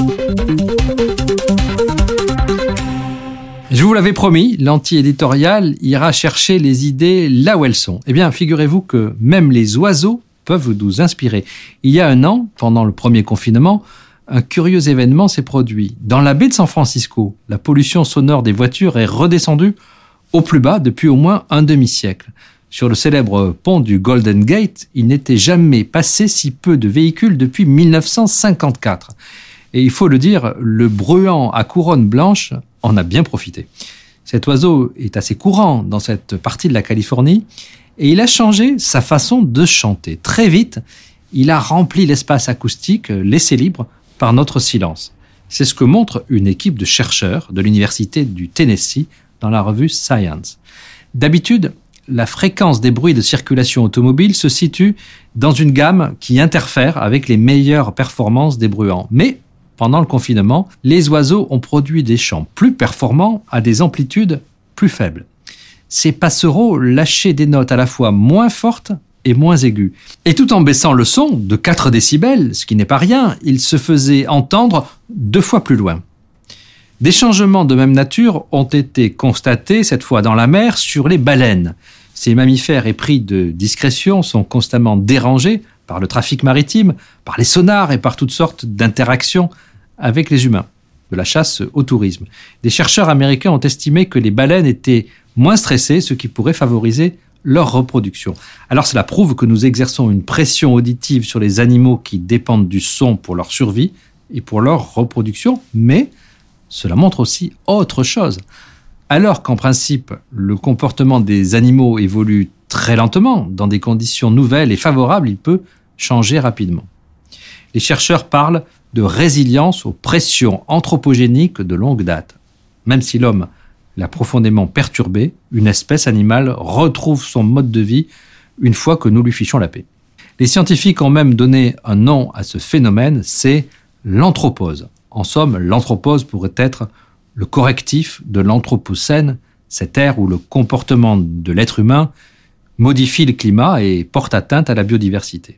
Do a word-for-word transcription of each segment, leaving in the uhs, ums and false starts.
Je vous l'avais promis, l'anti-éditorial ira chercher les idées là où elles sont. Eh bien, figurez-vous que même les oiseaux peuvent nous inspirer. Il y a un an, pendant le premier confinement, un curieux événement s'est produit. Dans la baie de San Francisco, la pollution sonore des voitures est redescendue au plus bas depuis au moins un demi-siècle. Sur le célèbre pont du Golden Gate, il n'était jamais passé si peu de véhicules depuis mille neuf cent cinquante-quatre. Et il faut le dire, le bruant à couronne blanche en a bien profité. Cet oiseau est assez courant dans cette partie de la Californie et il a changé sa façon de chanter. Très vite, il a rempli l'espace acoustique laissé libre par notre silence. C'est ce que montre une équipe de chercheurs de l'Université du Tennessee dans la revue Science. D'habitude, la fréquence des bruits de circulation automobile se situe dans une gamme qui interfère avec les meilleures performances des bruants. Mais pendant le confinement, les oiseaux ont produit des chants plus performants à des amplitudes plus faibles. Ces passereaux lâchaient des notes à la fois moins fortes et moins aiguës. Et tout en baissant le son de quatre décibels, ce qui n'est pas rien, ils se faisaient entendre deux fois plus loin. Des changements de même nature ont été constatés, cette fois dans la mer, sur les baleines. Ces mammifères épris de discrétion sont constamment dérangés par le trafic maritime, par les sonars et par toutes sortes d'interactions avec les humains, de la chasse au tourisme. Des chercheurs américains ont estimé que les baleines étaient moins stressées, ce qui pourrait favoriser leur reproduction. Alors cela prouve que nous exerçons une pression auditive sur les animaux qui dépendent du son pour leur survie et pour leur reproduction, mais cela montre aussi autre chose. Alors qu'en principe, le comportement des animaux évolue très lentement, dans des conditions nouvelles et favorables, il peut changer rapidement. Les chercheurs parlent de résilience aux pressions anthropogéniques de longue date. Même si l'homme l'a profondément perturbé, une espèce animale retrouve son mode de vie une fois que nous lui fichons la paix. Les scientifiques ont même donné un nom à ce phénomène, c'est l'anthropose. En somme, l'anthropose pourrait être le correctif de l'anthropocène, cette ère où le comportement de l'être humain modifie le climat et porte atteinte à la biodiversité.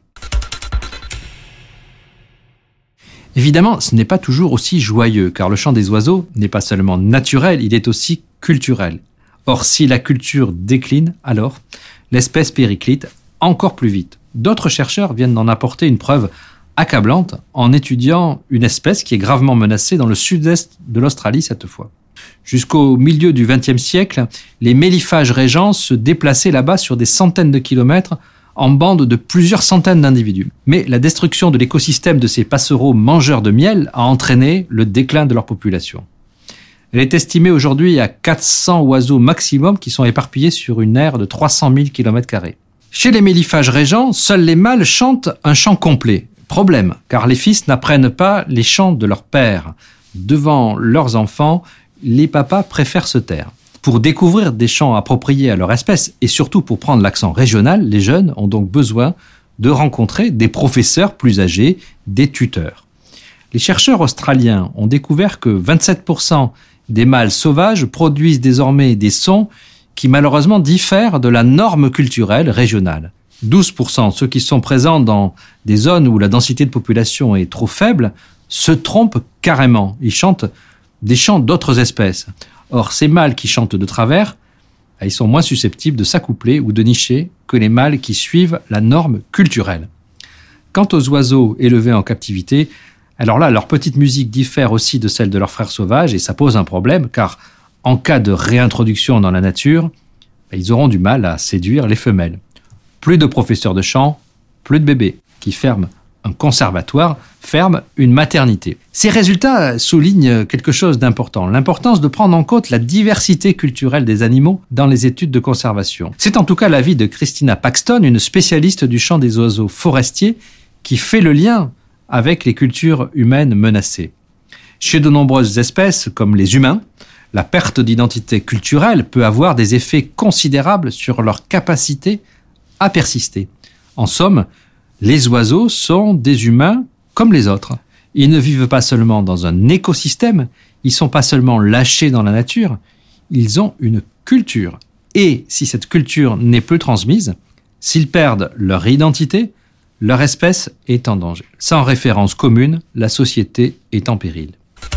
Évidemment, ce n'est pas toujours aussi joyeux, car le chant des oiseaux n'est pas seulement naturel, il est aussi culturel. Or, si la culture décline, alors l'espèce périclite encore plus vite. D'autres chercheurs viennent d'en apporter une preuve accablante en étudiant une espèce qui est gravement menacée dans le sud-est de l'Australie cette fois. Jusqu'au milieu du vingtième siècle, les méliphages régents se déplaçaient là-bas sur des centaines de kilomètres en bandes de plusieurs centaines d'individus. Mais la destruction de l'écosystème de ces passereaux mangeurs de miel a entraîné le déclin de leur population. Elle est estimée aujourd'hui à quatre cents oiseaux maximum qui sont éparpillés sur une aire de trois cent mille kilomètres carrés. Chez les méliphages régents, seuls les mâles chantent un chant complet. Problème, car les fils n'apprennent pas les chants de leur père. Devant leurs enfants, les papas préfèrent se taire. Pour découvrir des chants appropriés à leur espèce et surtout pour prendre l'accent régional, les jeunes ont donc besoin de rencontrer des professeurs plus âgés, des tuteurs. Les chercheurs australiens ont découvert que vingt-sept pour cent des mâles sauvages produisent désormais des sons qui malheureusement diffèrent de la norme culturelle régionale. douze pour cent, ceux qui sont présents dans des zones où la densité de population est trop faible, se trompent carrément. Ils chantent des chants d'autres espèces. Or, ces mâles qui chantent de travers, ils sont moins susceptibles de s'accoupler ou de nicher que les mâles qui suivent la norme culturelle. Quant aux oiseaux élevés en captivité, alors là, leur petite musique diffère aussi de celle de leurs frères sauvages et ça pose un problème car en cas de réintroduction dans la nature, ils auront du mal à séduire les femelles. Plus de professeurs de chant, plus de bébés qui ferment un conservatoire, ferment une maternité. Ces résultats soulignent quelque chose d'important, l'importance de prendre en compte la diversité culturelle des animaux dans les études de conservation. C'est en tout cas l'avis de Christina Paxton, une spécialiste du chant des oiseaux forestiers, qui fait le lien avec les cultures humaines menacées. Chez de nombreuses espèces, comme les humains, la perte d'identité culturelle peut avoir des effets considérables sur leur capacité à persister. En somme, les oiseaux sont des humains comme les autres. Ils ne vivent pas seulement dans un écosystème, ils ne sont pas seulement lâchés dans la nature, ils ont une culture. Et si cette culture n'est plus transmise, s'ils perdent leur identité, Leur espèce est en danger. Sans référence commune, la société est en péril.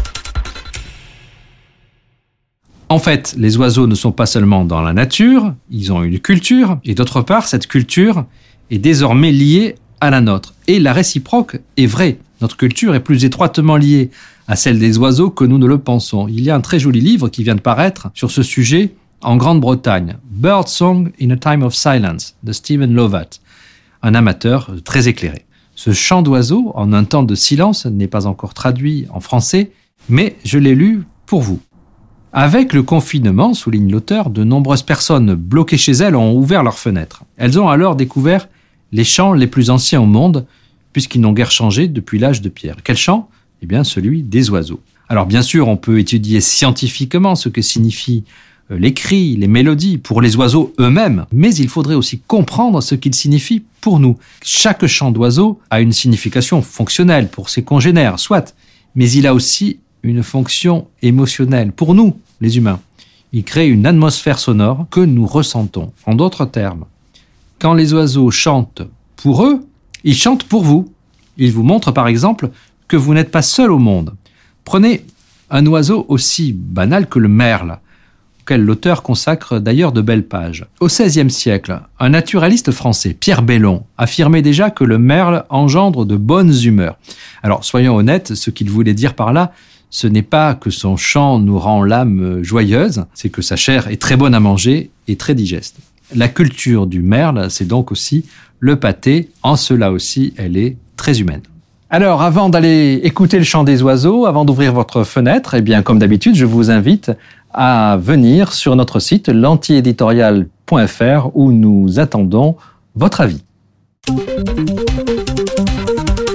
En fait, les oiseaux ne sont pas seulement dans la nature, ils ont une culture, et d'autre part, cette culture est désormais liée à la nôtre. Et la réciproque est vraie. Notre culture est plus étroitement liée à celle des oiseaux que nous ne le pensons. Il y a un très joli livre qui vient de paraître sur ce sujet en Grande-Bretagne, Bird Song in a Time of Silence, de Stephen Lovat, un amateur très éclairé. Ce chant d'oiseaux, en un temps de silence, n'est pas encore traduit en français, mais je l'ai lu pour vous. Avec le confinement, souligne l'auteur, de nombreuses personnes bloquées chez elles ont ouvert leurs fenêtres. Elles ont alors découvert les chants les plus anciens au monde, puisqu'ils n'ont guère changé depuis l'âge de pierre. Quel chant ? Eh bien, celui des oiseaux. Alors bien sûr, on peut étudier scientifiquement ce que signifient les cris, les mélodies pour les oiseaux eux-mêmes, mais il faudrait aussi comprendre ce qu'ils signifient pour nous. Chaque chant d'oiseau a une signification fonctionnelle pour ses congénères, soit, mais il a aussi une fonction émotionnelle pour nous, les humains. Il crée une atmosphère sonore que nous ressentons. En d'autres termes, quand les oiseaux chantent pour eux, ils chantent pour vous. Ils vous montrent par exemple que vous n'êtes pas seul au monde. Prenez un oiseau aussi banal que le merle, auquel l'auteur consacre d'ailleurs de belles pages. Au seizième siècle, un naturaliste français, Pierre Bellon, affirmait déjà que le merle engendre de bonnes humeurs. Alors soyons honnêtes, ce qu'il voulait dire par là, ce n'est pas que son chant nous rend l'âme joyeuse, c'est que sa chair est très bonne à manger et très digeste. La culture du merle, c'est donc aussi le pâté, en cela aussi elle est très humaine. Alors, avant d'aller écouter le chant des oiseaux, avant d'ouvrir votre fenêtre, eh bien, comme d'habitude, je vous invite à venir sur notre site l'antiéditorial point f r où nous attendons votre avis.